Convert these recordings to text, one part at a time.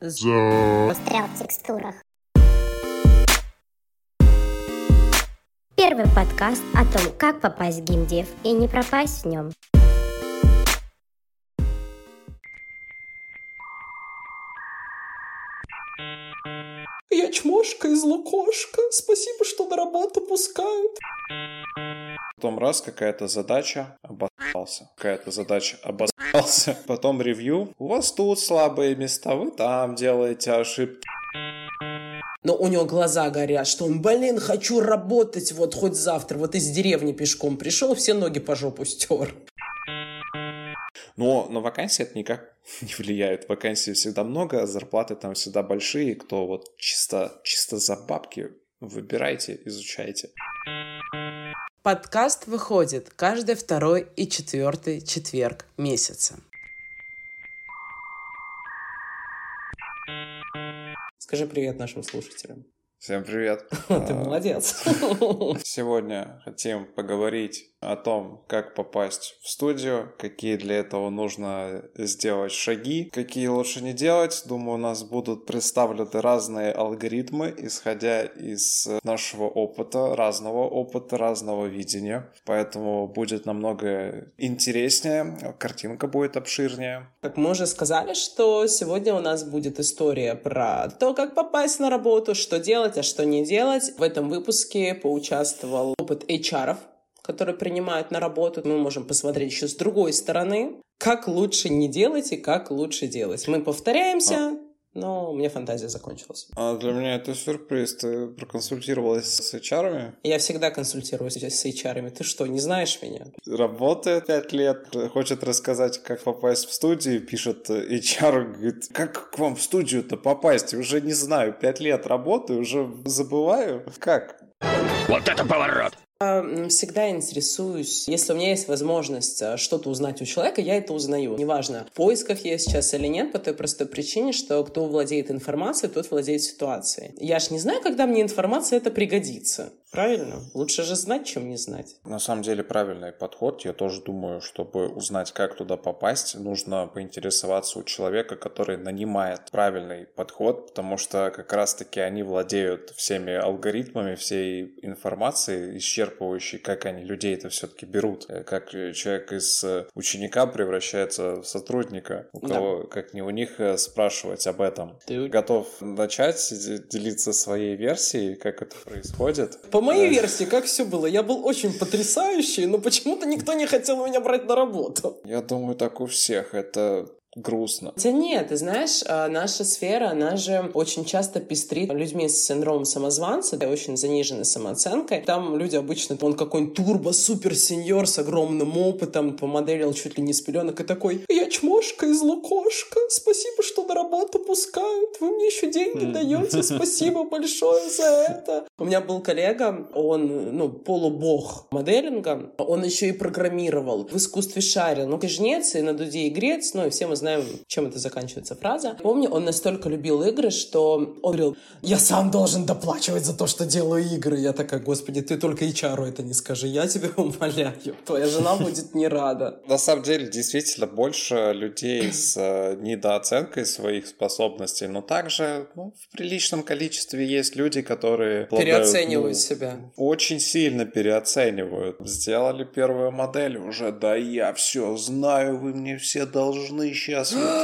застрял в текстурах. Первый подкаст о том, как попасть в геймдев и не пропасть в нем. Я чмошка из лукошка. Спасибо, что на работу пускают. Потом раз какая-то задача, обосрался. Потом ревью. У вас тут слабые места, вы там делаете ошибки. Но у него глаза горят, что он, хочу работать вот хоть завтра. Вот из деревни пешком пришел, все ноги по жопу стер. Но на вакансии это никак не влияет. Вакансий всегда много, зарплаты там всегда большие. Кто вот чисто за бабки, выбирайте, изучайте. Подкаст выходит каждый второй и четвертый четверг месяца. Скажи привет нашим слушателям. Всем привет. Ты молодец. Сегодня хотим поговорить о том, как попасть в студию, какие для этого нужно сделать шаги, какие лучше не делать. Думаю, у нас будут представлены разные алгоритмы, исходя из нашего опыта, разного видения. Поэтому будет намного интереснее, картинка будет обширнее. Как мы уже сказали, что сегодня у нас будет история про то, как попасть на работу, что делать, а что не делать. В этом выпуске поучаствовал опыт HR-ов, которые принимают на работу. Мы можем посмотреть еще с другой стороны, как лучше не делать и как лучше делать. Мы повторяемся, но у меня фантазия закончилась. А для меня это сюрприз. Ты проконсультировалась с HR-ами? Я всегда консультируюсь с HR-ами. Ты что, не знаешь меня? Работает 5 лет, хочет рассказать, как попасть в студию, пишет HR, говорит, как к вам в студию-то попасть? Уже не знаю, 5 лет работаю, уже забываю. Как? Вот это поворот! Всегда интересуюсь. Если у меня есть возможность что-то узнать у человека, я это узнаю. Неважно, в поисках я сейчас или нет, по той простой причине, что кто владеет информацией, тот владеет ситуацией. Я ж не знаю, когда мне информация это пригодится. Правильно? Лучше же знать, чем не знать. На самом деле правильный подход. Я тоже думаю, чтобы узнать, как туда попасть, нужно поинтересоваться у человека, который нанимает правильный подход, потому что как раз-таки они владеют всеми алгоритмами, всей информацией, исчерпывающей, как они людей это все-таки берут, как человек из ученика превращается в сотрудника, у кого, как не у них, спрашивать об этом. Ты готов начать делиться своей версией, как это происходит? По моей версии, как все было, я был очень потрясающий, но почему-то никто не хотел меня брать на работу. Я думаю, так у всех. Это грустно. Хотя нет, ты знаешь, наша сфера, она же очень часто пестрит людьми с синдромом самозванца, очень заниженной самооценкой. Там люди обычно, он какой-нибудь турбо-супер-сеньор с огромным опытом, помоделил чуть ли не с пеленок и такой, я чмошка из лукошка, спасибо, что на работу пускают, вы мне еще деньги даете, спасибо большое за это. У меня был коллега, он, полубог моделинга, он еще и программировал, в искусстве шарил, жнец и на дуде и грец, и все мы знаем, чем это заканчивается фраза. Помню, он настолько любил игры, что он говорил, я сам должен доплачивать за то, что делаю игры. Я такая, господи, ты только HR это не скажи, я тебя умоляю, твоя жена будет не рада. На самом деле, действительно, больше людей с недооценкой своих способностей, но также в приличном количестве есть люди, которые переоценивают себя. Очень сильно переоценивают. Сделали первую модель уже, да я все знаю, вы мне все должны сейчас.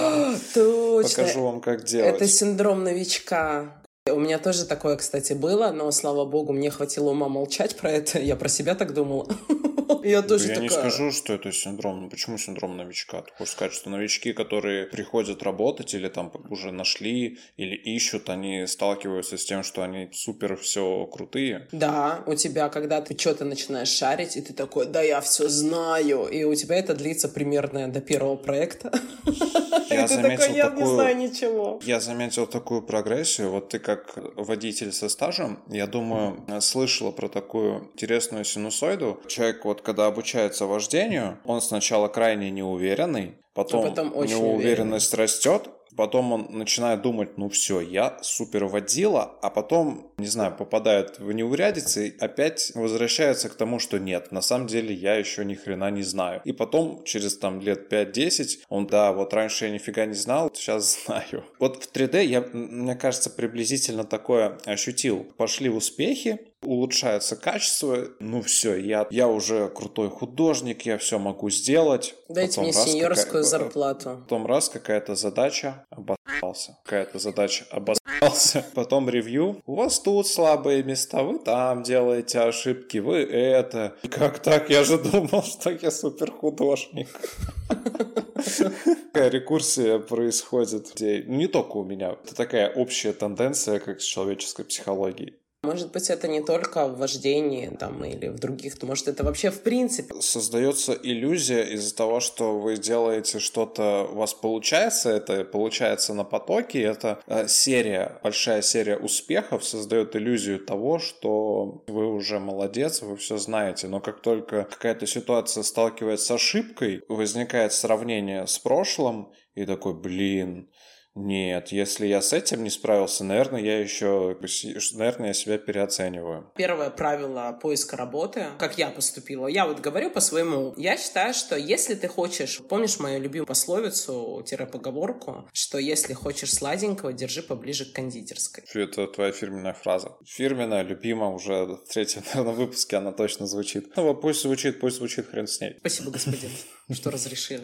Точно. Покажу вам, как делать. Это синдром новичка. У меня тоже такое, кстати, было, но, слава богу, мне хватило ума молчать про это. Я про себя так думала. Я тоже такая... не скажу, что это синдром. Почему синдром новичка? Ты хочешь сказать, что новички, которые приходят работать или там уже нашли, или ищут, они сталкиваются с тем, что они супер все крутые? Да, у тебя, когда ты что-то начинаешь шарить, и ты такой, да я все знаю, и у тебя это длится примерно до первого проекта. Я не знаю ничего. Я заметил такую прогрессию. Вот ты как водитель со стажем, я думаю, слышала про такую интересную синусоиду. Человек когда обучается вождению, он сначала крайне неуверенный, потом у него уверенность растет, потом он начинает думать, все, я супер водила, а потом не знаю, попадают в неурядицы и опять возвращаются к тому, что нет, на самом деле я еще ни хрена не знаю. И потом, через там лет 5-10, он, да, вот раньше я нифига не знал, сейчас знаю. Вот в 3D я, мне кажется, приблизительно такое ощутил. Пошли успехи, улучшается качество, ну все, я уже крутой художник, я все могу сделать. Дайте потом мне сеньорскую зарплату. Потом раз, какая-то задача, обосрался. Потом ревью, у вас тут слабые места, вы там делаете ошибки, вы это. Как так? Я же думал, что я супер художник. Такая рекурсия происходит. Не только у меня. Это такая общая тенденция, как с человеческой психологией. Может быть, это не только в вождении там, или в других, может, это вообще в принципе. Создается иллюзия из-за того, что вы делаете что-то, у вас получается, это получается на потоке, это большая серия успехов создает иллюзию того, что вы уже молодец, вы все знаете, но как только какая-то ситуация сталкивается с ошибкой, возникает сравнение с прошлым, и такой, нет, если я с этим не справился, наверное, я себя переоцениваю. Первое правило поиска работы, как я поступила, я вот говорю по своему. Я считаю, что если ты хочешь, помнишь мою любимую пословицу-поговорку, что если хочешь сладенького, держи поближе к кондитерской. Это твоя фирменная фраза. Фирменная, любимая, уже в третьем, наверное, выпуске она точно звучит. Ну, пусть звучит, хрен с ней. Спасибо, господин, что разрешили.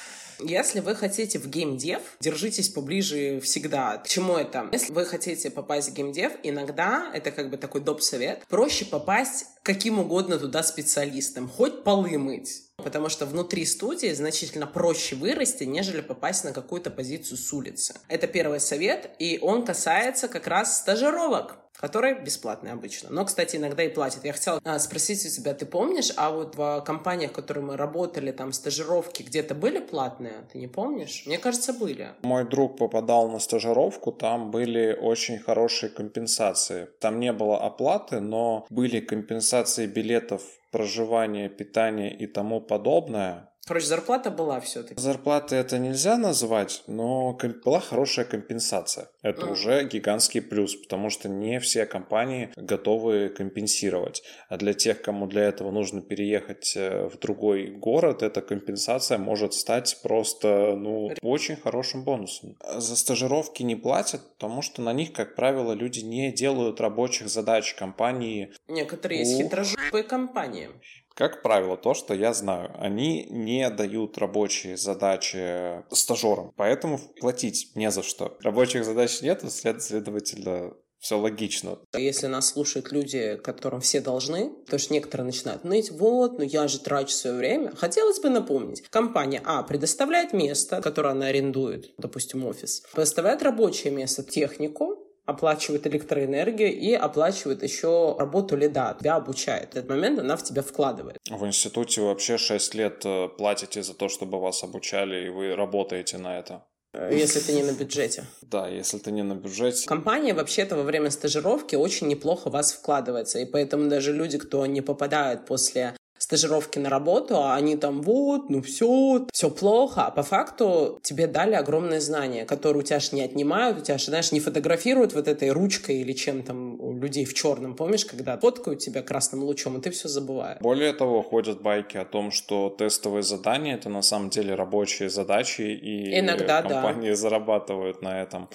Если вы хотите в геймдев, держитесь поближе всегда. К чему это? Если вы хотите попасть в геймдев, иногда, это как бы такой доп. Совет, проще попасть каким угодно туда специалистом, хоть полы мыть. Потому что внутри студии значительно проще вырасти, нежели попасть на какую-то позицию с улицы. Это первый совет, и он касается как раз стажировок, которые бесплатные обычно. Но, кстати, иногда и платят. Я хотела спросить у тебя, ты помнишь, а вот в компаниях, в которых мы работали, там стажировки где-то были платные? Ты не помнишь? Мне кажется, были. Мой друг попадал на стажировку, там были очень хорошие компенсации. Там не было оплаты, но были компенсации билетов, проживания, питания и тому подобное. Короче, зарплата была все-таки. Зарплаты это нельзя назвать, но была хорошая компенсация. Это уже гигантский плюс, потому что не все компании готовы компенсировать. А для тех, кому для этого нужно переехать в другой город, эта компенсация может стать просто, очень хорошим бонусом. За стажировки не платят, потому что на них, как правило, люди не делают рабочих задач компании. Некоторые есть хитрожопые компании. Как правило, то, что я знаю, они не дают рабочие задачи стажерам, поэтому платить не за что. Рабочих задач нет, следовательно, все логично. Если нас слушают люди, которым все должны, потому что некоторые начинают ныть, я же трачу свое время. Хотелось бы напомнить, компания предоставляет место, которое она арендует, допустим, офис, предоставляет рабочее место, технику, оплачивает электроэнергию и оплачивает еще работу лида, тебя обучает. В этот момент она в тебя вкладывает. В институте вы вообще 6 лет платите за то, чтобы вас обучали, и вы работаете на это. Если ты не на бюджете. Да, если ты не на бюджете. Компания вообще-то во время стажировки очень неплохо в вас вкладывается, и поэтому даже люди, кто не попадают после стажировки на работу, а они там все плохо, а по факту тебе дали огромные знания, которые у тебя ж не отнимают, у тебя ж, не фотографируют вот этой ручкой или чем там у людей в черном, помнишь, когда фоткают тебя красным лучом, и ты все забываешь. Более того, ходят байки о том, что тестовые задания — это на самом деле рабочие задачи, и иногда, компании зарабатывают на этом.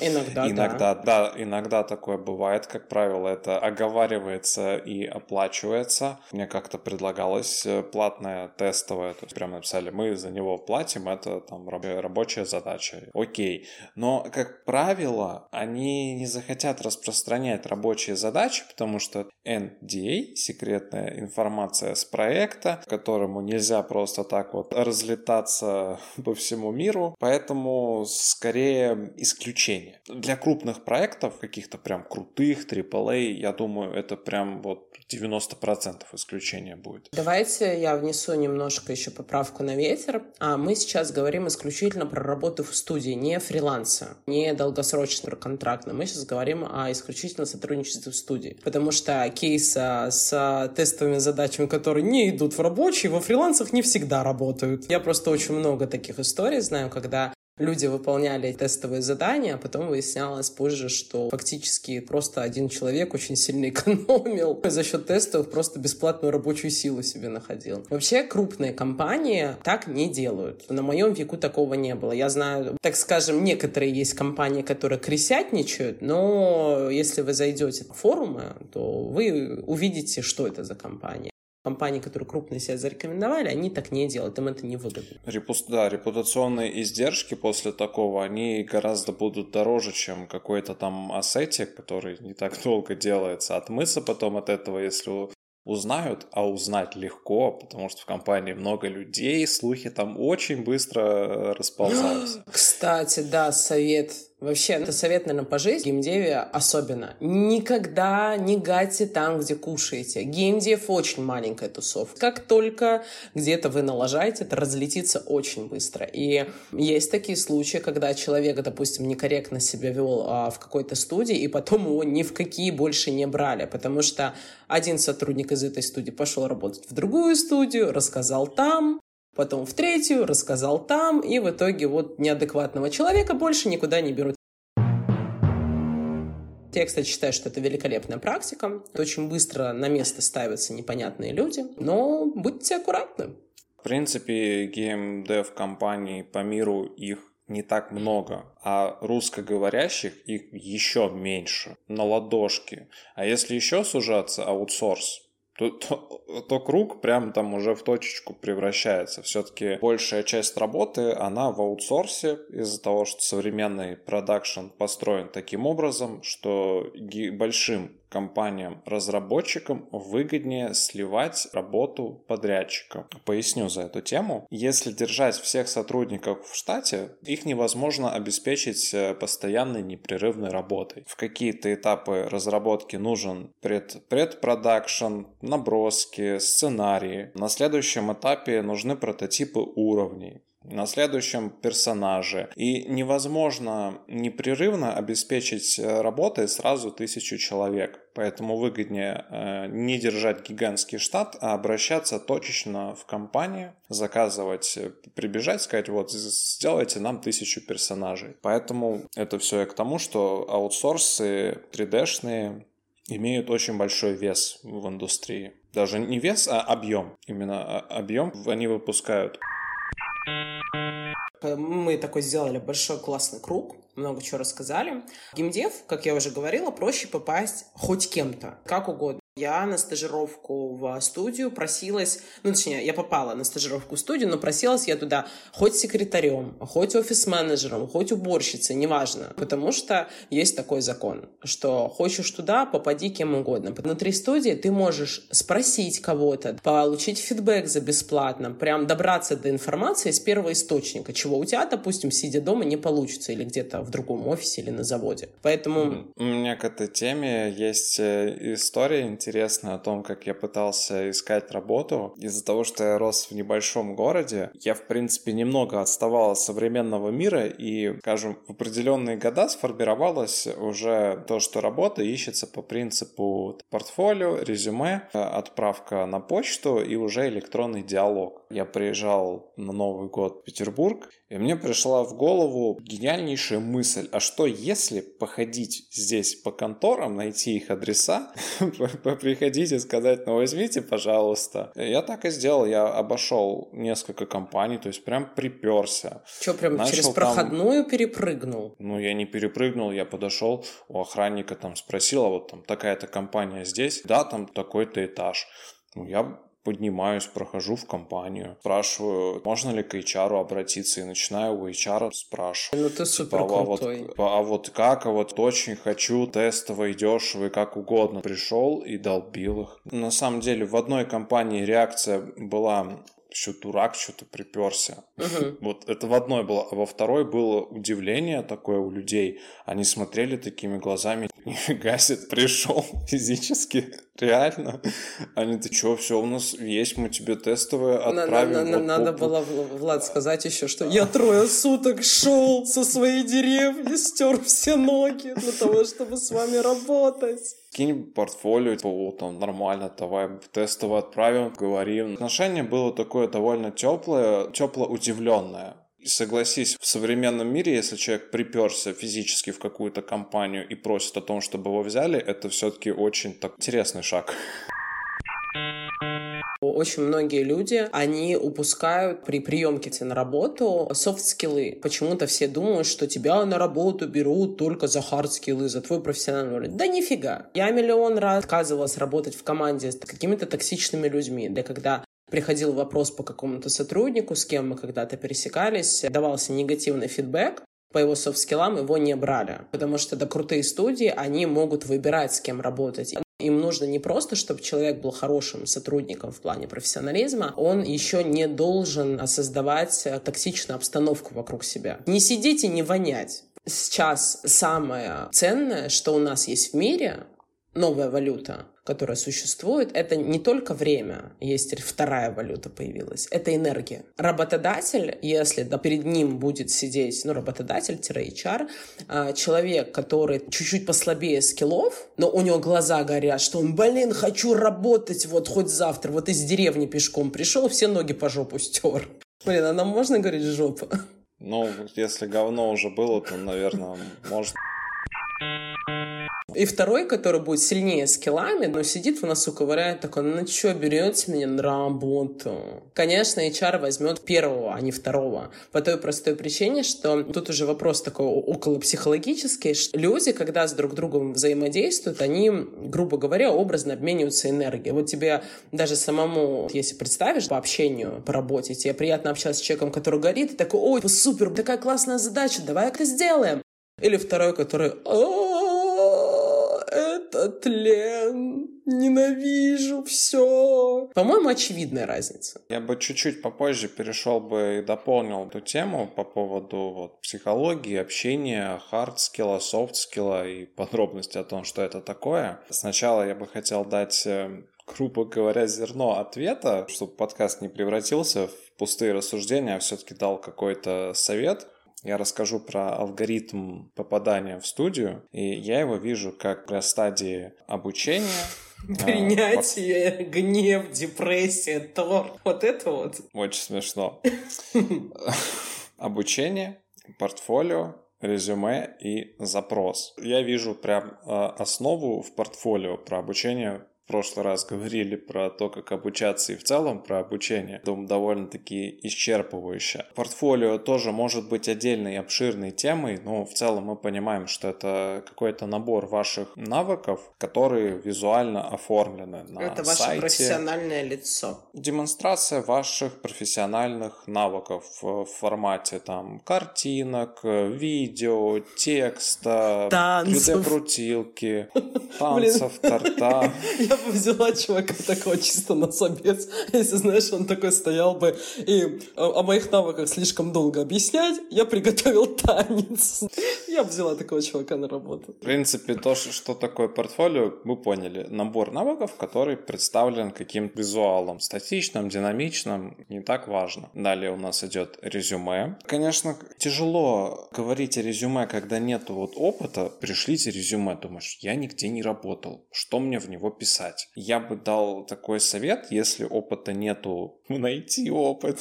Иногда такое бывает, как правило, это оговаривается и оплачивается. Мне как-то предлагалось платная, тестовая, то есть прям написали, мы за него платим, это там рабочая задача. Окей. Но, как правило, они не захотят распространять рабочие задачи, потому что NDA, секретная информация с проекта, которому нельзя просто так разлетаться по всему миру, поэтому скорее исключение. Для крупных проектов, каких-то прям крутых, AAA, я думаю, это прям 90% исключения будет. Давайте я внесу немножко еще поправку на ветер. Мы сейчас говорим исключительно про работу в студии, не фриланса, не долгосрочно контрактно. Мы сейчас говорим о исключительно сотрудничестве в студии. Потому что кейсы с тестовыми задачами, которые не идут в рабочие, во фрилансах не всегда работают. Я просто очень много таких историй знаю, когда Люди выполняли тестовые задания, а потом выяснялось позже, что фактически просто один человек очень сильно экономил за счет тестов, просто бесплатную рабочую силу себе находил. Вообще крупные компании так не делают. На моем веку такого не было. Я знаю, так скажем, некоторые есть компании, которые крысятничают, но если вы зайдете в форумы, то вы увидите, что это за компания. Компании, которые крупные себя зарекомендовали, они так не делают, им это невыгодно. Да, репутационные издержки после такого, они гораздо будут дороже, чем какой-то там ассетик, который не так долго делается. Отмыться потом от этого, если узнают, а узнать легко, потому что в компании много людей, слухи там очень быстро расползаются. Кстати, да, совет. Вообще, это совет, наверное, по жизни, в геймдеве особенно. Никогда не гайте там, где кушаете. Геймдев очень маленькая тусовка. Как только где-то вы налажаете, это разлетится очень быстро. И есть такие случаи, когда человек, допустим, некорректно себя вел в какой-то студии, и потом его ни в какие больше не брали, потому что один сотрудник из этой студии пошел работать в другую студию, рассказал там, потом в третью, рассказал там, и в итоге вот неадекватного человека больше никуда не берут. Я, кстати, считаю, что это великолепная практика. Очень быстро на место ставятся непонятные люди, но будьте аккуратны. В принципе, геймдев-компаний по миру их не так много, а русскоговорящих их еще меньше, на ладошки. А если еще сужаться, аутсорс, то круг прям там уже в точечку превращается. Все-таки большая часть работы, она в аутсорсе из-за того, что современный продакшн построен таким образом, что большим компаниям-разработчикам выгоднее сливать работу подрядчикам. Поясню за эту тему. Если держать всех сотрудников в штате, их невозможно обеспечить постоянной непрерывной работой. В какие-то этапы разработки нужен предпродакшн, наброски, сценарии. На следующем этапе нужны прототипы уровней. На следующем персонаже. И невозможно непрерывно обеспечить работой сразу 1000 человек. Поэтому выгоднее не держать гигантский штат, а обращаться точечно в компанию, заказывать, прибежать, сказать, вот, сделайте нам 1000 персонажей. Поэтому это все к тому, что аутсорсы 3D-шные имеют очень большой вес в индустрии. Даже не вес, а объем. Именно объем они выпускают. Мы такой сделали большой классный круг, много чего рассказали. Геймдев, как я уже говорила, проще попасть хоть кем-то, как угодно. Я на стажировку в студию просилась, точнее, я попала на стажировку в студию, но просилась я туда хоть секретарем, хоть офис-менеджером, хоть уборщицей, неважно. Потому что есть такой закон, что хочешь туда, попади кем угодно. Внутри студии ты можешь спросить кого-то, получить фидбэк за бесплатно, прям добраться до информации с первого источника, чего у тебя, допустим, сидя дома, не получится или где-то в другом офисе или на заводе. Поэтому... У меня к этой теме есть история интересная о том, как я пытался искать работу. Из-за того, что я рос в небольшом городе, я, в принципе, немного отставал от современного мира, и, скажем, в определенные года сформировалось уже то, что работа ищется по принципу портфолио, резюме, отправка на почту и уже электронный диалог. Я приезжал на Новый год в Петербург, и мне пришла в голову гениальнейшая мысль, а что если походить здесь по конторам, найти их адреса, приходить и сказать, возьмите, пожалуйста. Я так и сделал, я обошел несколько компаний, то есть прям приперся. Что, прям через проходную перепрыгнул? Я не перепрыгнул, я подошел, у охранника там спросил, а вот там такая-то компания здесь, да, там такой-то этаж. Я поднимаюсь, прохожу в компанию, спрашиваю, можно ли к HR обратиться, и начинаю у HR спрашивать. Ты супер крутой. А вот как, очень хочу, тестовый, дешевый, как угодно. Пришел и долбил их. На самом деле в одной компании реакция была... Еще дурак, что-то приперся. Вот это в одной было. А во второй было удивление такое у людей. Они смотрели такими глазами. Нифига себе, пришел физически. Реально. Они, ты что, все у нас есть, мы тебе тестовые отправим. Надо было, Влад, сказать еще, что я 3 суток шел со своей деревни, стер все ноги для того, чтобы с вами работать. Кинь портфолио, там нормально, давай тестово отправим, говорим. Отношение было такое довольно теплое удивленное. И согласись, в современном мире, если человек приперся физически в какую-то компанию и просит о том, чтобы его взяли, это все-таки очень так интересный шаг. Очень многие люди, они упускают при приемке на работу софт-скиллы. Почему-то все думают, что тебя на работу берут только за хард-скиллы, за твой профессиональный уровень. Да нифига. Я миллион раз отказывалась работать в команде с какими-то токсичными людьми. Да когда приходил вопрос по какому-то сотруднику, с кем мы когда-то пересекались, давался негативный фидбэк, по его софт-скиллам его не брали. Потому что крутые студии, они могут выбирать, с кем работать. Им нужно не просто, чтобы человек был хорошим сотрудником в плане профессионализма, он еще не должен создавать токсичную обстановку вокруг себя. Не сидеть и не вонять. Сейчас самое ценное, что у нас есть в мире, новая валюта, которая существует, это не только время, есть вторая валюта появилась, это энергия. Работодатель, если перед ним будет сидеть, работодатель-HR, человек, который чуть-чуть послабее скиллов, но у него глаза горят, что он, хочу работать хоть завтра, из деревни пешком пришел, все ноги по жопу стер. А нам можно говорить жопа? Если говно уже было, то, наверное, можно. И второй, который будет сильнее скиллами, но сидит в носу, ковыряет, такой, что, берете меня на работу? Конечно, HR возьмет первого, а не второго. По той простой причине, что тут уже вопрос такой околопсихологический. Люди, когда с друг другом взаимодействуют, они, грубо говоря, образно обмениваются энергией. Тебе даже самому, если представишь по общению, по работе, тебе приятно общаться с человеком, который горит, и такой, ой, супер, такая классная задача, давай это сделаем. Или второй, который, это тлен, ненавижу, все. По-моему, очевидная разница. Я бы чуть-чуть попозже перешел бы и дополнил эту тему по поводу психологии, общения, хард-скилла, софт-скилла и подробности о том, что это такое. Сначала я бы хотел дать, грубо говоря, зерно ответа, чтобы подкаст не превратился в пустые рассуждения, а все-таки дал какой-то совет. Я расскажу про алгоритм попадания в студию, и я его вижу как при стадии обучения. Принятие, гнев, депрессия, тор. Это. Очень смешно. Обучение, портфолио, резюме и запрос. Я вижу прям основу в портфолио про обучение. В прошлый раз говорили про то, как обучаться и в целом про обучение. Думаю, довольно-таки исчерпывающе. Портфолио тоже может быть отдельной обширной темой, но в целом мы понимаем, что это какой-то набор ваших навыков, которые визуально оформлены на сайте. Это ваше профессиональное лицо. Демонстрация ваших профессиональных навыков в формате картинок, видео, текста, 3D-крутилки, танцев, торта. Я бы взяла чувака такого чисто на собес, если, знаешь, он такой стоял бы и о моих навыках слишком долго объяснять, я приготовил танец. Я бы взяла такого чувака на работу. В принципе, то, что такое портфолио, мы поняли. Набор навыков, который представлен каким-то визуалом. Статичным, динамичным, не так важно. Далее у нас идет резюме. Конечно, тяжело говорить о резюме, когда нету опыта. Пришлите резюме, думаешь, я нигде не работал. Что мне в него писать? Я бы дал такой совет, если опыта нету, найти опыт.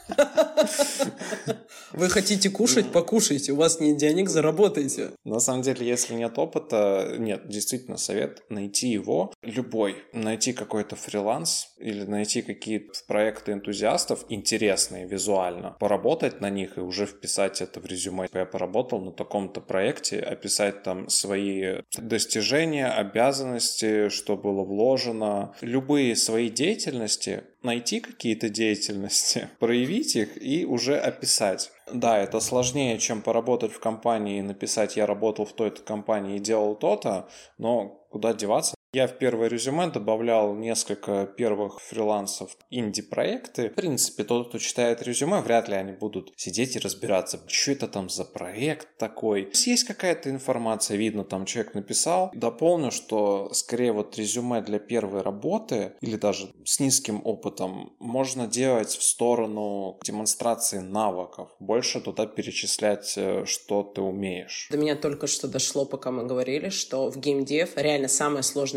Вы хотите кушать? Покушайте. У вас нет денег, заработайте. На самом деле, если нет опыта, нет, действительно совет найти его, любой. Найти какой-то фриланс или найти какие-то проекты энтузиастов интересные визуально, поработать на них и уже вписать это в резюме. Я поработал на таком-то проекте, описать там свои достижения, обязанности, что было вложено, любые свои деятельности, найти какие-то деятельности, проявить их и уже описать. Да, это сложнее, чем поработать в компании и написать «я работал в той-то компании и делал то-то», но куда деваться? Я в первое резюме добавлял несколько первых фрилансов инди-проекты. В принципе, тот, кто читает резюме, вряд ли они будут сидеть и разбираться, что это там за проект такой. Есть какая-то информация, видно, там человек написал. Дополню, что скорее резюме для первой работы или даже с низким опытом можно делать в сторону демонстрации навыков. Больше туда перечислять, что ты умеешь. До меня только что дошло, пока мы говорили, что в геймдев реально самое сложное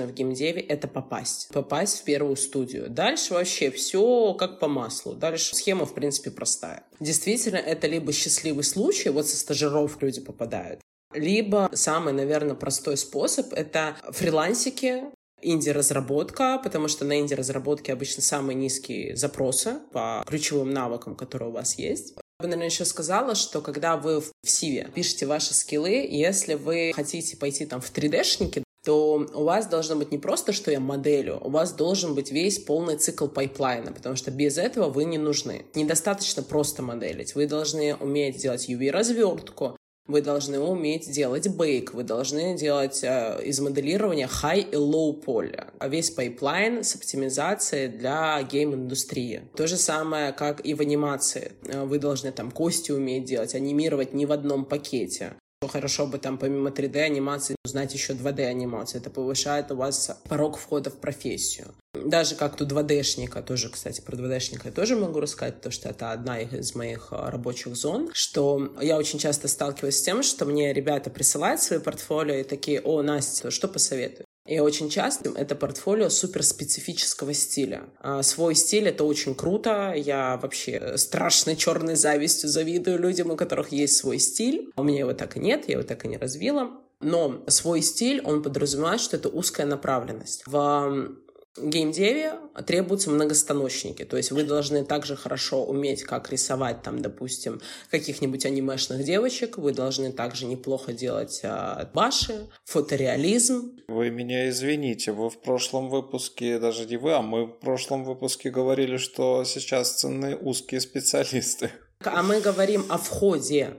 важное в геймдеве — это попасть. Попасть в первую студию. Дальше вообще все как по маслу. Дальше схема, в принципе, простая. Действительно, это либо счастливый случай, вот со стажировок люди попадают, либо самый, наверное, простой способ — это фрилансики, инди-разработка, потому что на инди-разработке обычно самые низкие запросы по ключевым навыкам, которые у вас есть. Я бы, наверное, еще сказала, что когда вы в CV пишете ваши скиллы, если вы хотите пойти там в 3D-шники, то у вас должно быть не просто, что я моделю, у вас должен быть весь полный цикл пайплайна, потому что без этого вы не нужны. Недостаточно просто моделить. Вы должны уметь делать UV-развертку, вы должны уметь делать бейк, вы должны делать из моделирования high и low поля. Весь пайплайн с оптимизацией для гейм-индустрии. То же самое, как и в анимации. Вы должны там кости уметь делать, анимировать не в одном пакете. Хорошо бы там помимо 3D-анимации знать еще 2D-анимацию. Это повышает у вас порог входа в профессию. Даже как у 2D-шника, тоже, кстати, про 2D-шника я тоже могу рассказать, потому что это одна из моих рабочих зон, что я очень часто сталкиваюсь с тем, что мне ребята присылают свои портфолио и такие: «О, Настя, что посоветуешь?» И очень часто это портфолио суперспецифического стиля. Свой стиль — это очень круто. Я вообще страшной черной завистью завидую людям, у которых есть свой стиль. У меня его так и нет, я его так и не развила. Но свой стиль, он подразумевает, что это узкая направленность. В геймдеве требуются многостаночники, то есть вы должны также хорошо уметь, как рисовать там, допустим, каких-нибудь анимешных девочек, вы должны также неплохо делать баши, фотореализм. Вы меня извините, вы в прошлом выпуске, даже не вы, а мы в прошлом выпуске говорили, что сейчас ценны узкие специалисты. А мы говорим о входе.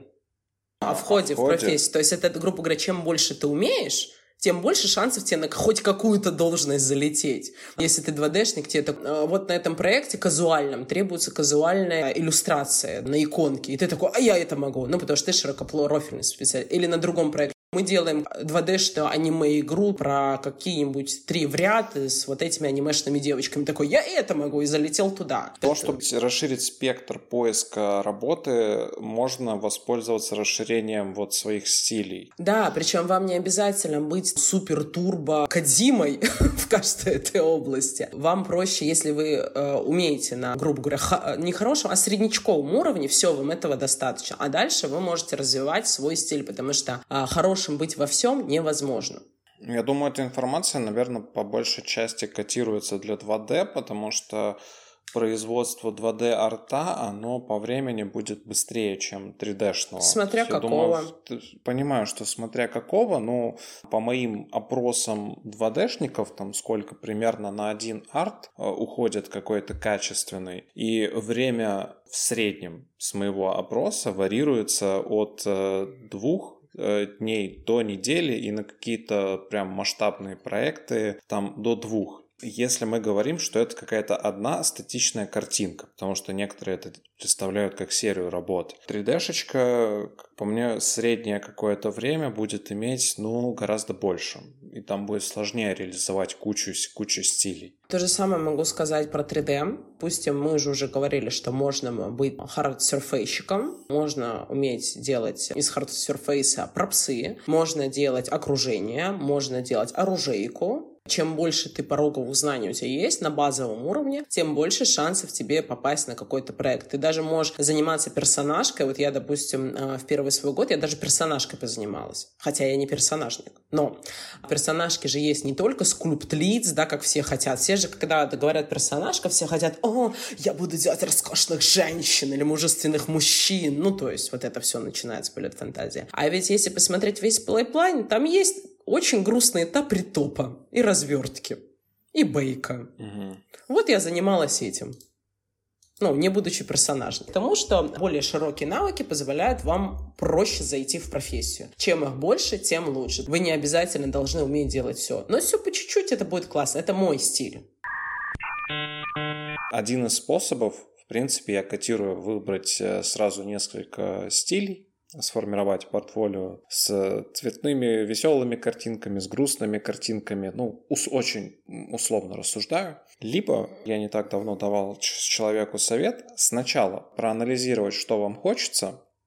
О входе в профессию. То есть это, грубо говоря, чем больше ты умеешь, тем больше шансов тебе на хоть какую-то должность залететь. Если ты 2D-шник, тебе вот на этом проекте казуальном требуется казуальная иллюстрация на иконке. И ты такой: а я это могу. Ну, потому что ты широкопрофильный специалист. Или на другом проекте мы делаем 2D-шную аниме-игру про какие-нибудь 3 в ряд с вот этими анимешными девочками. Такой: я это могу, и залетел туда. То, чтобы расширить спектр поиска работы, можно воспользоваться расширением вот своих стилей. Да, причем вам не обязательно быть супер-турбо Кодзимой в каждой этой области. Вам проще, если вы умеете на, грубо говоря, не хорошем, а среднячковом уровне, все, вам этого достаточно. А дальше вы можете развивать свой стиль, потому что хорошим быть во всем невозможно. Я думаю, эта информация, наверное, по большей части котируется для 2D, потому что производство 2D-арта, оно по времени будет быстрее, чем 3D-шного. Смотря какого. Понимаю, что смотря какого, но по моим опросам 2D-шников, там сколько примерно на один арт уходит какой-то качественный, и время в среднем с моего опроса варьируется от 2 дней до недели, и на какие-то прям масштабные проекты там до 2. Если мы говорим, что это какая-то одна статичная картинка, потому что некоторые это представляют как серию работ. 3D-шечка, как по мне, среднее какое-то время будет иметь, гораздо больше. И там будет сложнее реализовать кучу стилей. То же самое могу сказать про 3D. Допустим, мы же уже говорили, что можно быть хард-сюрфейщиком, можно уметь делать из хард-сюрфейса пропсы, можно делать окружение, можно делать оружейку. Чем больше ты пороговых знаний у тебя есть на базовом уровне, тем больше шансов тебе попасть на какой-то проект. Ты даже можешь заниматься персонажкой. Вот я, допустим, в первый свой год я даже персонажкой позанималась. Хотя я не персонажник. Но персонажки же есть не только скульпт-лидс, да, как все хотят. Все же, когда говорят персонажка, все хотят: о, я буду делать роскошных женщин или мужественных мужчин. Ну, то есть вот это все начинается, полет фантазии. А ведь если посмотреть весь пайплайн, там есть очень грустный этап притопа и развертки, и бейка. Угу. Вот я занималась этим. Не будучи персонажем. Потому что более широкие навыки позволяют вам проще зайти в профессию. Чем их больше, тем лучше. Вы не обязательно должны уметь делать все. Но все по чуть-чуть, это будет классно. Это мой стиль. Один из способов, в принципе, я котирую выбрать сразу несколько стилей, сформировать портфолио с цветными, веселыми картинками, с грустными картинками. Очень условно рассуждаю. Либо, я не так давно давал человеку совет, сначала проанализировать, что вам хочется,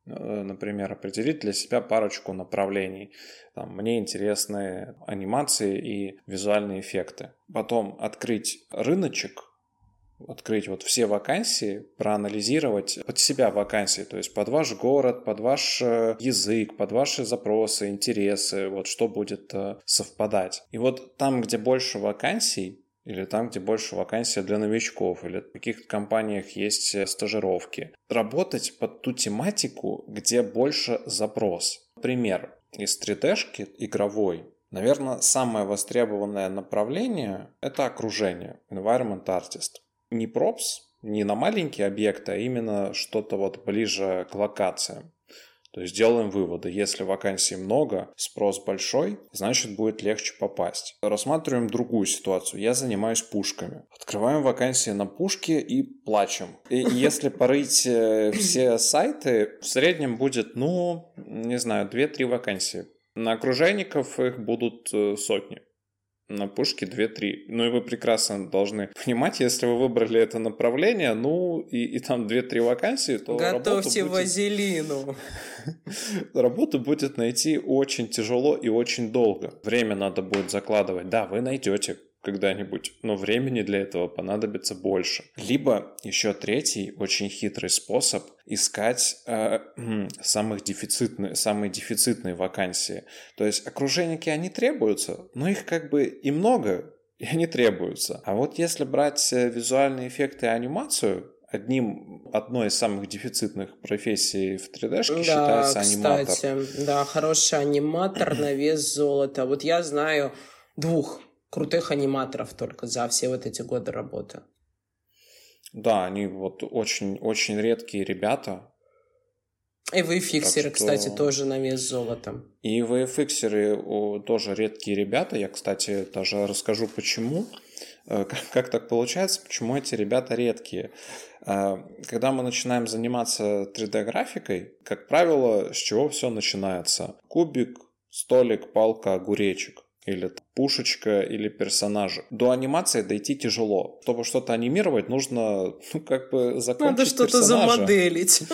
Например, определить для себя парочку направлений. Там, мне интересны анимации и визуальные эффекты. Потом открыть рыночек, открыть вот все вакансии, проанализировать под себя вакансии, то есть под ваш город, под ваш язык, под ваши запросы, интересы, вот что будет совпадать. И вот там, где больше вакансий, или там, где больше вакансий для новичков, или в каких-то компаниях есть стажировки, работать под ту тематику, где больше запрос. Например, из 3D-шки игровой, наверное, самое востребованное направление – это окружение, environment artist. Не пропс, не на маленькие объекты, а именно что-то вот ближе к локациям. То есть делаем выводы. Если вакансий много, спрос большой, значит будет легче попасть. Рассматриваем другую ситуацию. Я занимаюсь пушками. Открываем вакансии на пушки и плачем. И если порыть все сайты, в среднем будет, не знаю, 2-3 вакансии. На окружейников их будут сотни. На пушке 2-3. И вы прекрасно должны понимать, если вы выбрали это направление, и там 2-3 вакансии, то готовьте вазелину. Работу будет найти очень тяжело и очень долго. Время надо будет закладывать. Да, вы найдете когда-нибудь, но времени для этого понадобится больше. Либо еще третий очень хитрый способ искать самые дефицитные вакансии. То есть окруженники, они требуются, но их и много, и они требуются. А вот если брать визуальные эффекты и анимацию, одной из самых дефицитных профессий в 3D-шке считается аниматор. Кстати, да, хороший аниматор на вес золота. Вот я знаю 2 крутых аниматоров только за все вот эти годы работы. Да, они вот очень, очень редкие ребята. И VFX-еры, кстати, тоже на вес золота. И VFX-еры тоже редкие ребята. Я, кстати, даже расскажу, почему. Как так получается, почему эти ребята редкие. Когда мы начинаем заниматься 3D-графикой, как правило, с чего все начинается? Кубик, столик, палка, огуречек. Или пушечка, или персонажи. До анимации дойти тяжело. Чтобы что-то анимировать, нужно, закончить надо что-то персонажа. замоделить.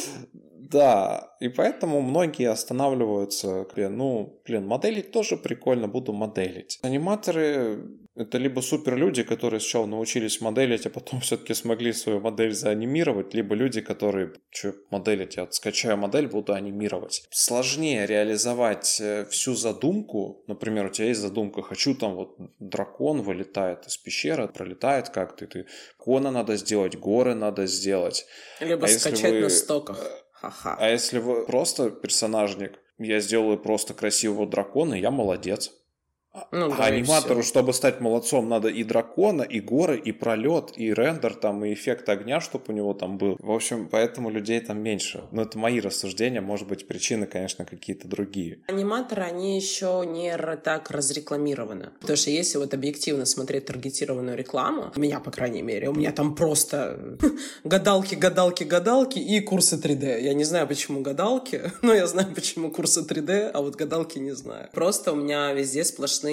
Да, и поэтому многие останавливаются. Моделить тоже прикольно, буду моделить. Аниматоры — это либо суперлюди, которые сначала научились моделить, а потом все-таки смогли свою модель заанимировать, либо люди, которые, моделить, я скачаю модель, буду анимировать. Сложнее реализовать всю задумку. Например, у тебя есть задумка, хочу дракон вылетает из пещеры, пролетает как-то, и дракона надо сделать, горы надо сделать. Либо скачать на стоках. Ха-ха. А если вы просто персонажник, я сделаю просто красивого дракона, я молодец. Аниматору, чтобы стать молодцом, надо и дракона, и горы, и пролет, и рендер, и эффект огня, чтобы у него там был. В общем, поэтому людей там меньше. Но это мои рассуждения, может быть, причины, конечно, какие-то другие. Аниматоры, они еще не так разрекламированы. Потому что если объективно смотреть таргетированную рекламу, у меня, по крайней мере, у меня там просто гадалки и курсы 3D. Я не знаю, почему гадалки, но я знаю, почему курсы 3D, а вот гадалки не знаю. Просто у меня везде сплошные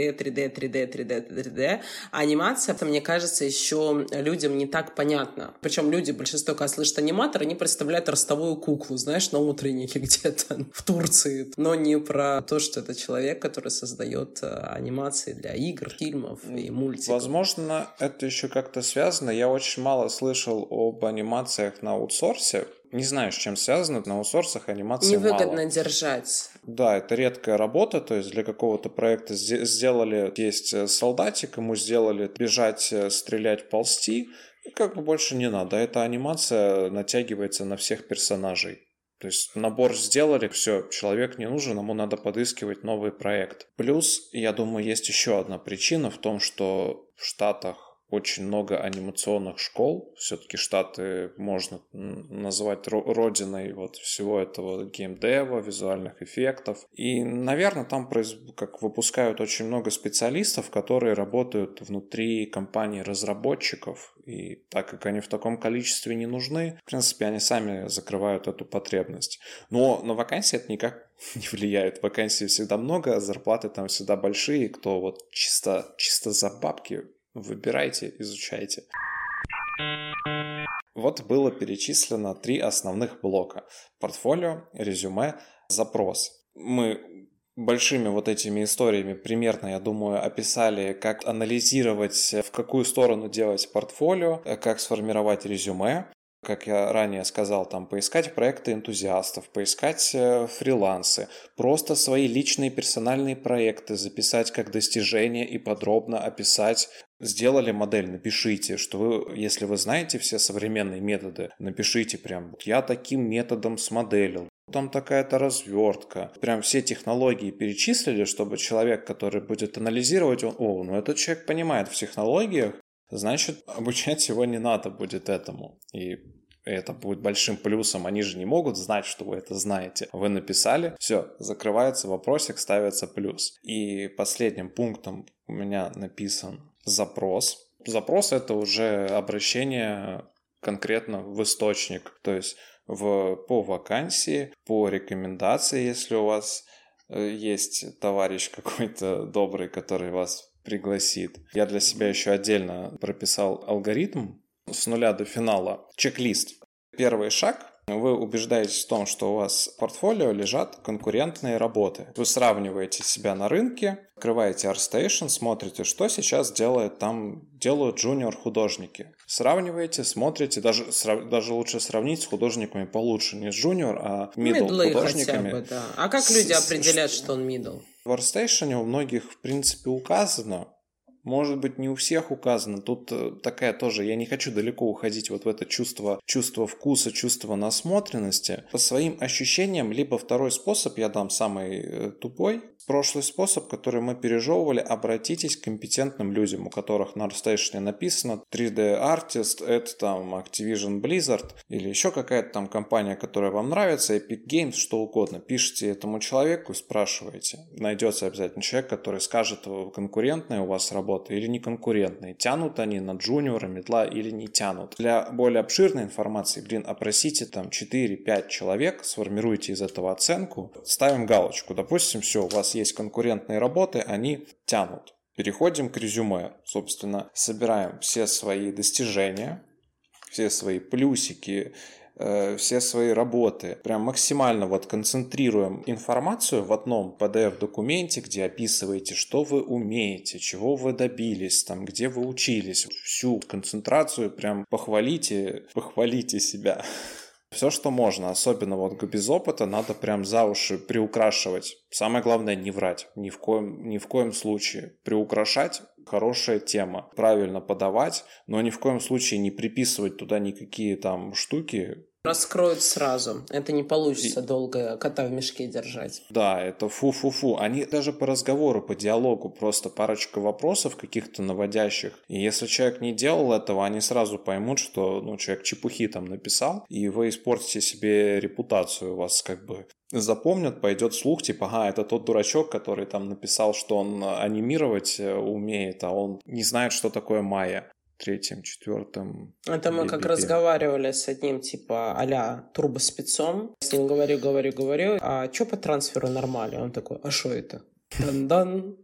3D. А анимация, мне кажется, еще людям не так понятно. Причем большинство, когда слышат аниматор, они представляют ростовую куклу, знаешь, на утреннике где-то в Турции. Но не про то, что это человек, который создает анимации для игр, фильмов и мультиков. Возможно, это еще как-то связано. Я очень мало слышал об анимациях на аутсорсе. Не знаю, с чем связано, на аутсорсах анимации мало. Невыгодно держать. Да, это редкая работа, то есть для какого-то проекта сделали, есть солдатик, ему сделали бежать, стрелять, ползти, и больше не надо. Эта анимация натягивается на всех персонажей. То есть набор сделали, все, человек не нужен, ему надо подыскивать новый проект. Плюс, я думаю, есть еще одна причина в том, что в Штатах очень много анимационных школ. Все-таки Штаты можно назвать родиной всего этого геймдева, визуальных эффектов. И, наверное, там выпускают очень много специалистов, которые работают внутри компаний разработчиков. И так как они в таком количестве не нужны, в принципе, они сами закрывают эту потребность. Но на вакансии это никак не влияет. Вакансий всегда много, зарплаты там всегда большие. Кто чисто за бабки, выбирайте, изучайте. Вот было перечислено 3 основных блока: портфолио, резюме, запрос. Мы большими вот этими историями примерно, я думаю, описали, как анализировать, в какую сторону делать портфолио, как сформировать резюме. Как я ранее сказал, там поискать проекты энтузиастов, поискать фрилансы, просто свои личные персональные проекты записать как достижения и подробно описать. Сделали модель, напишите, что вы, если вы знаете все современные методы, напишите прям, я таким методом смоделил, там такая-то развертка. Прям все технологии перечислили, чтобы человек, который будет анализировать, ну этот человек понимает в технологиях, значит, обучать его не надо будет этому. И это будет большим плюсом. Они же не могут знать, что вы это знаете. Вы написали, все, закрывается вопросик, ставится плюс. И последним пунктом у меня написан запрос. Запрос — это уже обращение конкретно в источник. То есть по вакансии, по рекомендации, если у вас есть товарищ какой-то добрый, который вас пригласит. Я для себя еще отдельно прописал алгоритм с нуля до финала. Чек-лист. Первый шаг. Вы убеждаетесь в том, что у вас в портфолио лежат конкурентные работы. Вы сравниваете себя на рынке, открываете ArtStation, смотрите, что сейчас делают джуниор-художники. Сравниваете, смотрите, даже лучше сравнить с художниками получше, не с джуниор, а middle художниками. Хотя бы, да. А как люди определяют, что он middle? В ArtStation у многих, в принципе, указано. Может быть, не у всех указано. Тут такая тоже, я не хочу далеко уходить вот в это чувство вкуса, чувство насмотренности. По своим ощущениям, либо второй способ, я дам самый тупой. Прошлый способ, который мы пережевывали, обратитесь к компетентным людям, у которых на ArtStation написано 3D Artist, это там Activision Blizzard или еще какая-то там компания, которая вам нравится, Epic Games, что угодно. Пишите этому человеку, спрашиваете. Найдется обязательно человек, который скажет, конкурентная у вас работа или не конкурентная, тянут они на джуниора, медла или не тянут. Для более обширной информации, опросите там 4-5 человек, сформируйте из этого оценку, ставим галочку. Допустим, все, у вас есть конкурентные работы, они тянут. Переходим к резюме. Собственно, собираем все свои достижения, все свои плюсики, все свои работы. Прям максимально концентрируем информацию в одном PDF-документе, где описываете, что вы умеете, чего вы добились, там, где вы учились. Всю концентрацию прям похвалите себя. Все, что можно, особенно без опыта, надо прям за уши приукрашивать. Самое главное не врать, ни в коем случае. Приукрашать – хорошая тема. Правильно подавать, но ни в коем случае не приписывать туда никакие там штуки. Раскроют сразу. Это не получится долго кота в мешке держать. Да, это фу-фу-фу. Они даже по разговору, по диалогу, просто парочка вопросов каких-то наводящих. И если человек не делал этого, они сразу поймут, что человек чепухи там написал, и вы испортите себе репутацию. У вас запомнят, пойдет слух, это тот дурачок, который там написал, что он анимировать умеет, а он не знает, что такое майя. 3-м, 4-м. Это мы как разговаривали с одним а-ля турбоспецом. С ним говорю, а что по трансферу нормально? Он такой, а что это? Дан-дан.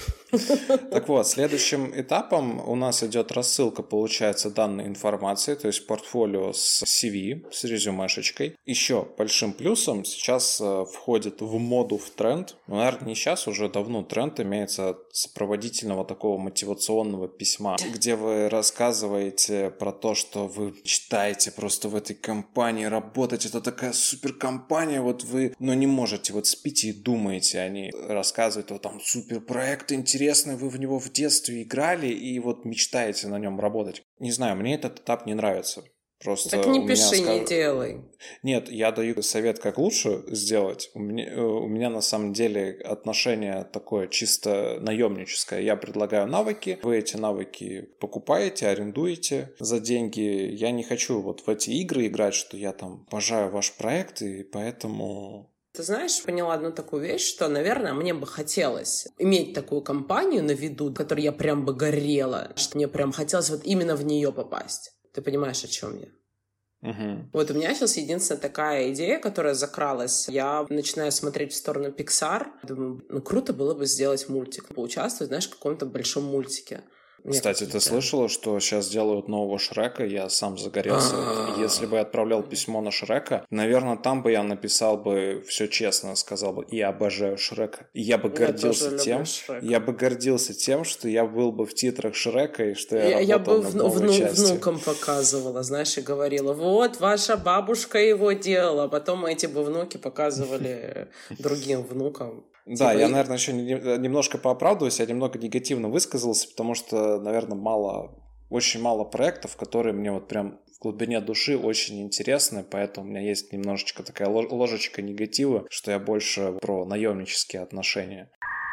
Так вот, следующим этапом у нас идет рассылка, получается, данной информации, то есть портфолио с CV, с резюмешечкой. Еще большим плюсом сейчас входит в моду, в тренд, наверное, не сейчас, уже давно тренд имеется сопроводительного такого мотивационного письма, где вы рассказываете про то, что вы мечтаете просто в этой компании работать, это такая суперкомпания, вы, но не можете, спите и думаете, они рассказывают, там суперпроект интересный, вы в него в детстве играли и мечтаете на нем работать. Не знаю, мне этот этап не нравится. Просто так не пиши, не делай. Нет, я даю совет, как лучше сделать. У меня на самом деле отношение такое чисто наемническое. Я предлагаю навыки, вы эти навыки покупаете, арендуете за деньги. Я не хочу в эти игры играть, что я там обожаю ваш проект, и поэтому... Ты знаешь, поняла одну такую вещь, что, наверное, мне бы хотелось иметь такую компанию на виду, в которой я прям бы горела, что мне прям хотелось именно в нее попасть. Ты понимаешь, о чем я? Угу. У меня сейчас единственная такая идея, которая закралась. Я начинаю смотреть в сторону Pixar. Думаю, круто было бы сделать мультик. Поучаствовать, в каком-то большом мультике. Кстати, ты слышала, что сейчас делают нового Шрека? Я сам загорелся. Если бы я отправлял письмо на Шрека, наверное, там бы я написал бы все честно, сказал бы: я обожаю Шрека. И я бы гордился тем, что я был бы в титрах Шрека, и что я работал над новой частью. Внукам показывала, знаешь, и говорила: вот, ваша бабушка его делала. А потом эти бы внуки показывали другим внукам. Да, я, наверное, еще немножко пооправдываюсь, я немного негативно высказался, потому что, наверное, очень мало проектов, которые мне вот прям в глубине души очень интересны, поэтому у меня есть немножечко такая ложечка негатива, что я больше про наемнические отношения.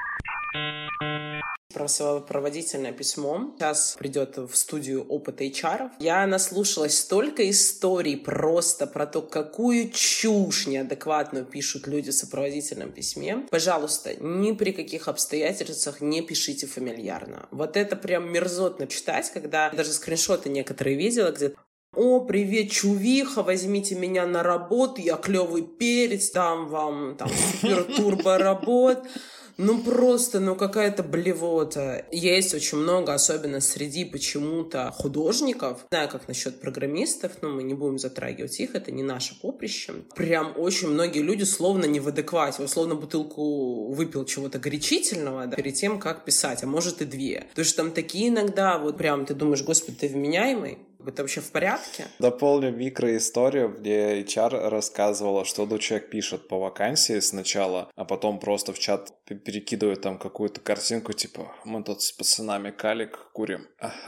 Про сопроводительное письмо. Сейчас придет в студию опыт HR. Я наслушалась столько историй просто про то, какую чушь неадекватную пишут люди в сопроводительном письме. Пожалуйста, ни при каких обстоятельствах не пишите фамильярно. Вот это прям мерзотно читать, когда даже скриншоты некоторые видела, где: о, привет, чувиха, возьмите меня на работу, я клевый перец, дам вам там супер-турбо работ. Просто какая-то блевота. Есть очень много, особенно среди почему-то художников. Не знаю, как насчет программистов, но мы не будем затрагивать их, это не наше поприще. Прям очень многие люди словно не в адеквате. Условно бутылку выпил чего-то горячительного, да, перед тем, как писать, а может и 2. Потому что там такие иногда, вот прям ты думаешь: господи, ты вменяемый? Это вообще в порядке? Дополню микроисторию, где HR рассказывала, что человек пишет по вакансии сначала, а потом просто в чат перекидывает там какую-то картинку, типа: мы тут с пацанами калик курим.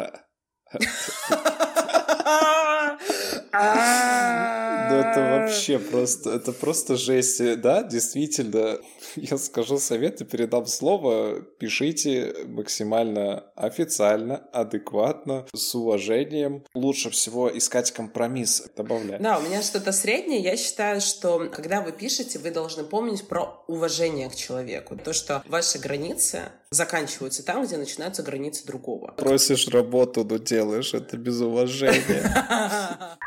Это вообще это просто жесть. Да, действительно, я скажу совет и передам слово: пишите максимально официально, адекватно, с уважением. Лучше всего искать компромисс, добавлять. Да, у меня что-то среднее. Я считаю, что когда вы пишете, вы должны помнить про уважение к человеку. То, что ваши границы заканчиваются там, где начинаются границы другого. Просишь работу, но делаешь это без уважения.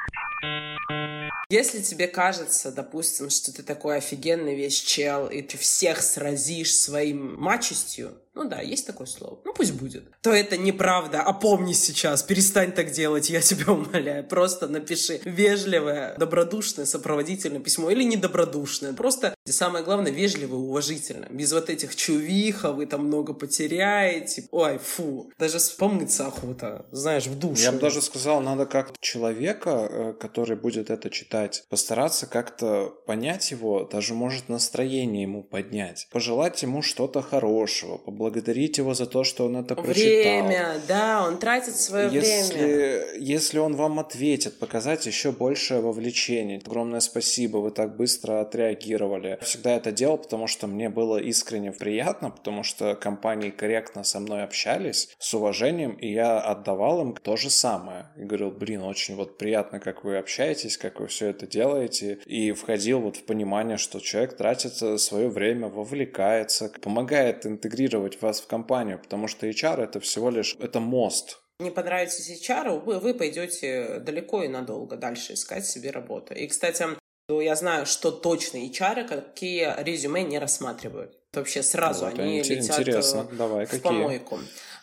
Если тебе кажется, допустим, что ты такой офигенный весь чел, и ты всех сразишь своим мачестью, есть такое слово, пусть будет, то это неправда. Опомнись сейчас, перестань так делать, я тебя умоляю. Просто напиши вежливое, добродушное сопроводительное письмо или недобродушное. Просто самое главное — вежливо и уважительно. Без вот этих чувиха, вы там много потеряете. Ой, фу. Даже помыться охота, знаешь, в душе. Я бы даже сказал, надо как-то человека, который будет это читать, постараться как-то понять его, даже может настроение ему поднять. Пожелать ему что-то хорошего, поблагодарить его за то, что он это прочитал. Время, да, он тратит свое время. Если он вам ответит, показать еще большее вовлечение. Огромное спасибо, вы так быстро отреагировали. Я всегда это делал, потому что мне было искренне приятно, потому что компании корректно со мной общались, с уважением, и я отдавал им то же самое. И говорил: очень приятно, как вы общаетесь, как вы все это делаете. И входил в понимание, что человек тратит свое время, вовлекается, помогает интегрировать вас в компанию, потому что HR — это всего лишь мост. Не понравитесь HR, вы пойдете далеко и надолго дальше искать себе работу. И, кстати, я знаю, что точно HR какие резюме не рассматривают. Вообще сразу они летят в помойку.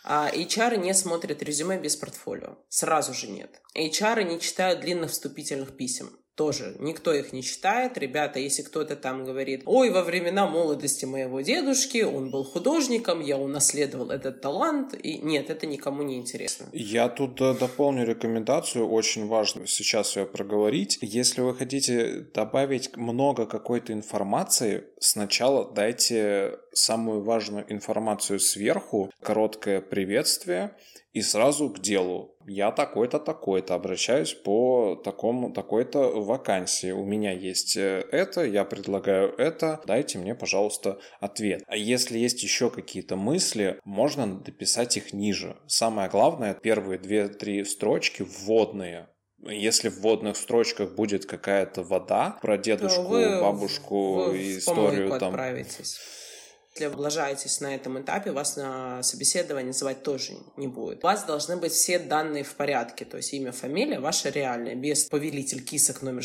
HR не смотрят резюме без портфолио. Сразу же нет. HR не читают длинных вступительных писем. Тоже никто их не читает. Ребята, если кто-то там говорит: ой, во времена молодости моего дедушки он был художником, я унаследовал этот талант. И нет, это никому не интересно. Я тут дополню рекомендацию, очень важно сейчас ее проговорить. Если вы хотите добавить много какой-то информации, сначала дайте самую важную информацию сверху, короткое приветствие и сразу к делу. Я такой-то, такой-то, обращаюсь по такой-то вакансии. У меня есть это, я предлагаю это, дайте мне, пожалуйста, ответ. А если есть еще какие-то мысли, можно дописать их ниже. Самое главное, первые 2-3 строчки вводные. Если в вводных строчках будет какая-то вода про дедушку, бабушку, историю в там. Отправитесь. Если вы облажаетесь на этом этапе, вас на собеседование называть тоже не будет. У вас должны быть все данные в порядке, то есть имя, фамилия ваша реальная, без повелитель кисок номер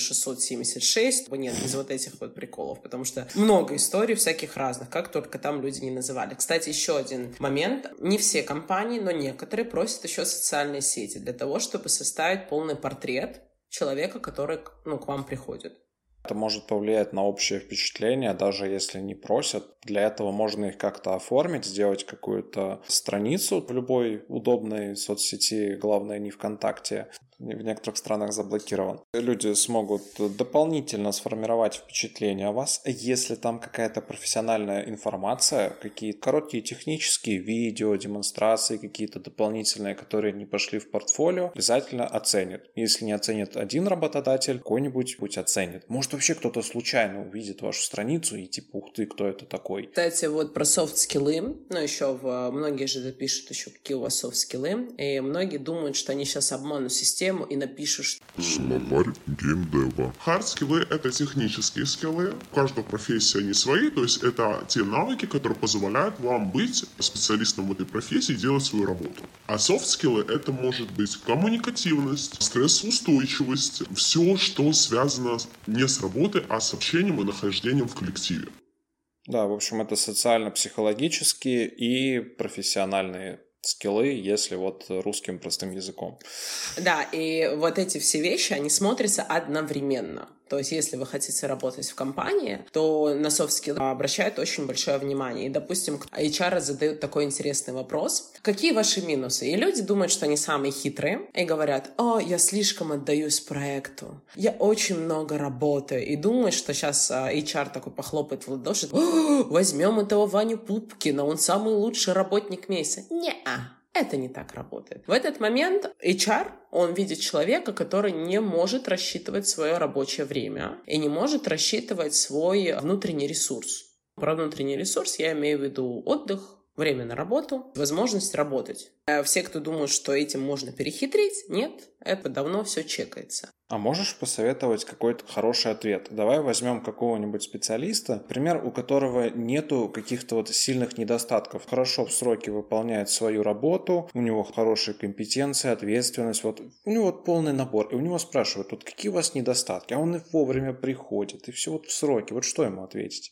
676, нет, без вот этих вот приколов, потому что много историй всяких разных, как только там люди не называли. Кстати, еще один момент. Не все компании, но некоторые просят еще социальные сети для того, чтобы составить полный портрет человека, который к вам приходит. Это может повлиять на общее впечатление, даже если не просят. Для этого можно их как-то оформить, сделать какую-то страницу в любой удобной соцсети, главное не ВКонтакте. В некоторых странах заблокирован. Люди смогут дополнительно сформировать впечатление о вас, если там какая-то профессиональная информация, какие-то короткие технические видео, демонстрации какие-то дополнительные, которые не пошли в портфолио, обязательно оценят. Если не оценит один работодатель, какой-нибудь путь оценит. Может, вообще кто-то случайно увидит вашу страницу и типа, ух ты, кто это такой? Кстати, вот про софт-скиллы, еще многие же пишут еще, какие у вас софт-скиллы, и многие думают, что они сейчас обманут систему и напишут, что... Словарь геймдева. Хард-скиллы — это технические скиллы. У каждой профессии они свои, то есть это те навыки, которые позволяют вам быть специалистом в этой профессии и делать свою работу. А софт-скиллы — это может быть коммуникативность, стрессоустойчивость, все, что связано не с работой, а с общением и нахождением в коллективе. Да, в общем, это социально-психологические и профессиональные скиллы, если вот русским простым языком. Да, и вот эти все вещи, они смотрятся одновременно. То есть, если вы хотите работать в компании, то на софт-скиллы обращают очень большое внимание. И, допустим, HR задают такой интересный вопрос. Какие ваши минусы? И люди думают, что они самые хитрые. И говорят, я слишком отдаюсь проекту. Я очень много работаю. И думают, что сейчас HR такой похлопает в ладоши. Возьмем этого Ваню Пупкина, он самый лучший работник месяца. Не-а. Это не так работает. В этот момент HR, он видит человека, который не может рассчитывать свое рабочее время и не может рассчитывать свой внутренний ресурс. Про внутренний ресурс я имею в виду отдых, время на работу, возможность работать. Все, кто думают, что этим можно перехитрить, нет, это давно все чекается. А можешь посоветовать какой-то хороший ответ? Давай возьмем какого-нибудь специалиста, например, у которого нету каких-то вот сильных недостатков. Хорошо в сроки выполняет свою работу, у него хорошие компетенции, ответственность, вот у него вот полный набор. И у него спрашивают, вот какие у вас недостатки? А он и вовремя приходит, и все вот в сроки. Вот что ему ответить?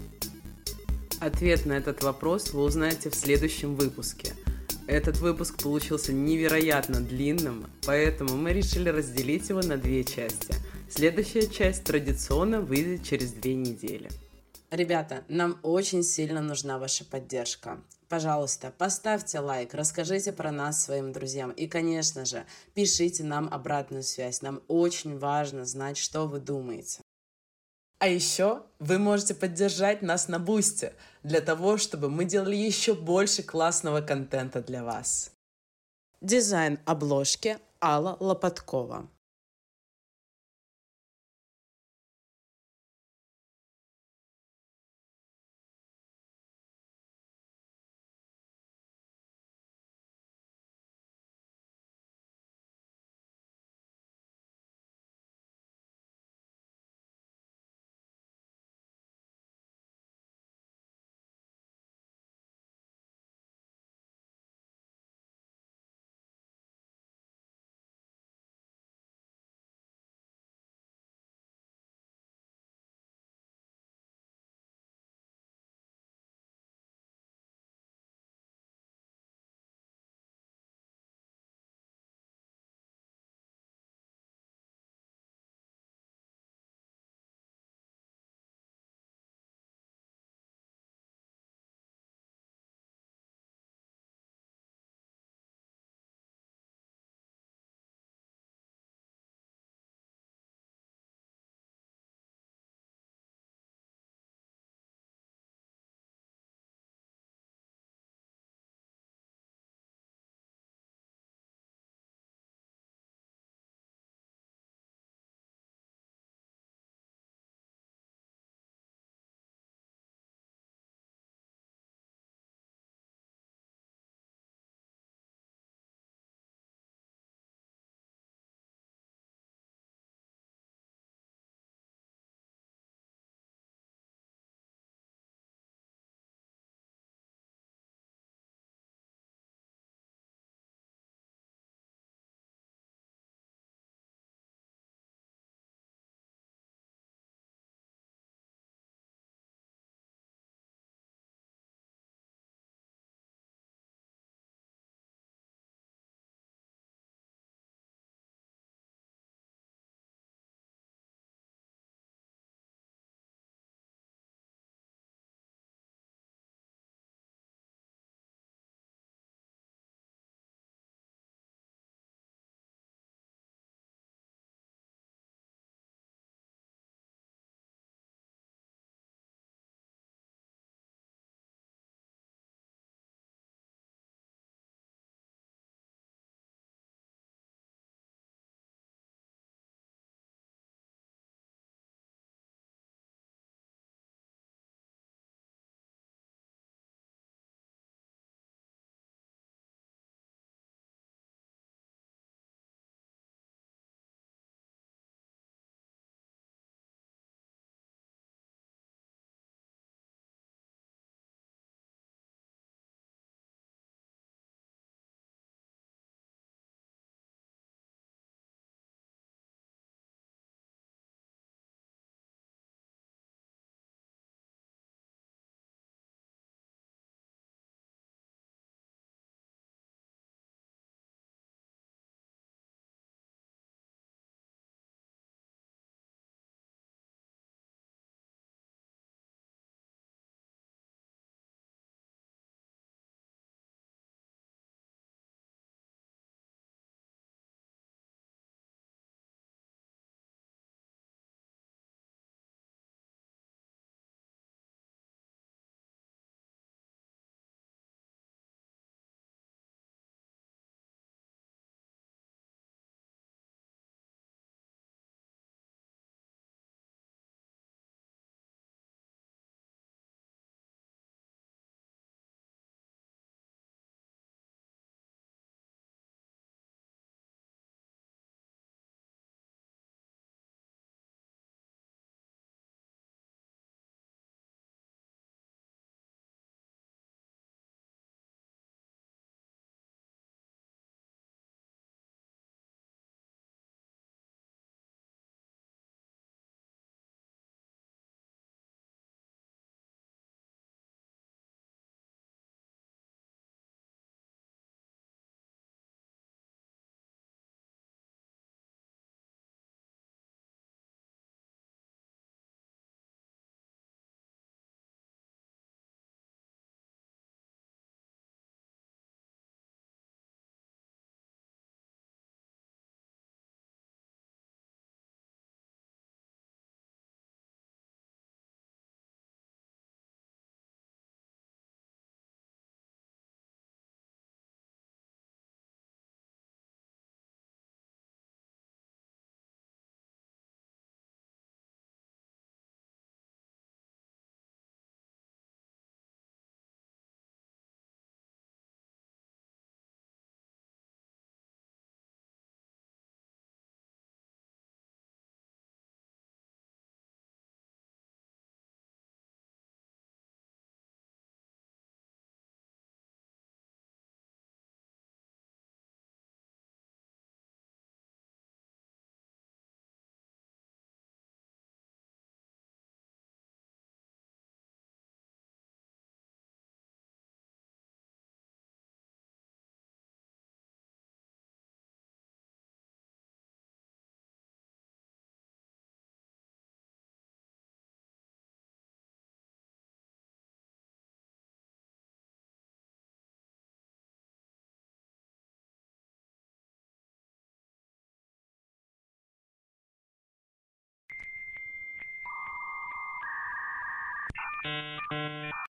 Ответ на этот вопрос вы узнаете в следующем выпуске. Этот выпуск получился невероятно длинным, поэтому мы решили разделить его на 2 части. Следующая часть традиционно выйдет через 2 недели. Ребята, нам очень сильно нужна ваша поддержка. Пожалуйста, поставьте лайк, расскажите про нас своим друзьям и, конечно же, пишите нам обратную связь. Нам очень важно знать, что вы думаете. А еще вы можете поддержать нас на Бусти, для того, чтобы мы делали еще больше классного контента для вас. Дизайн обложки Алла Лопаткова.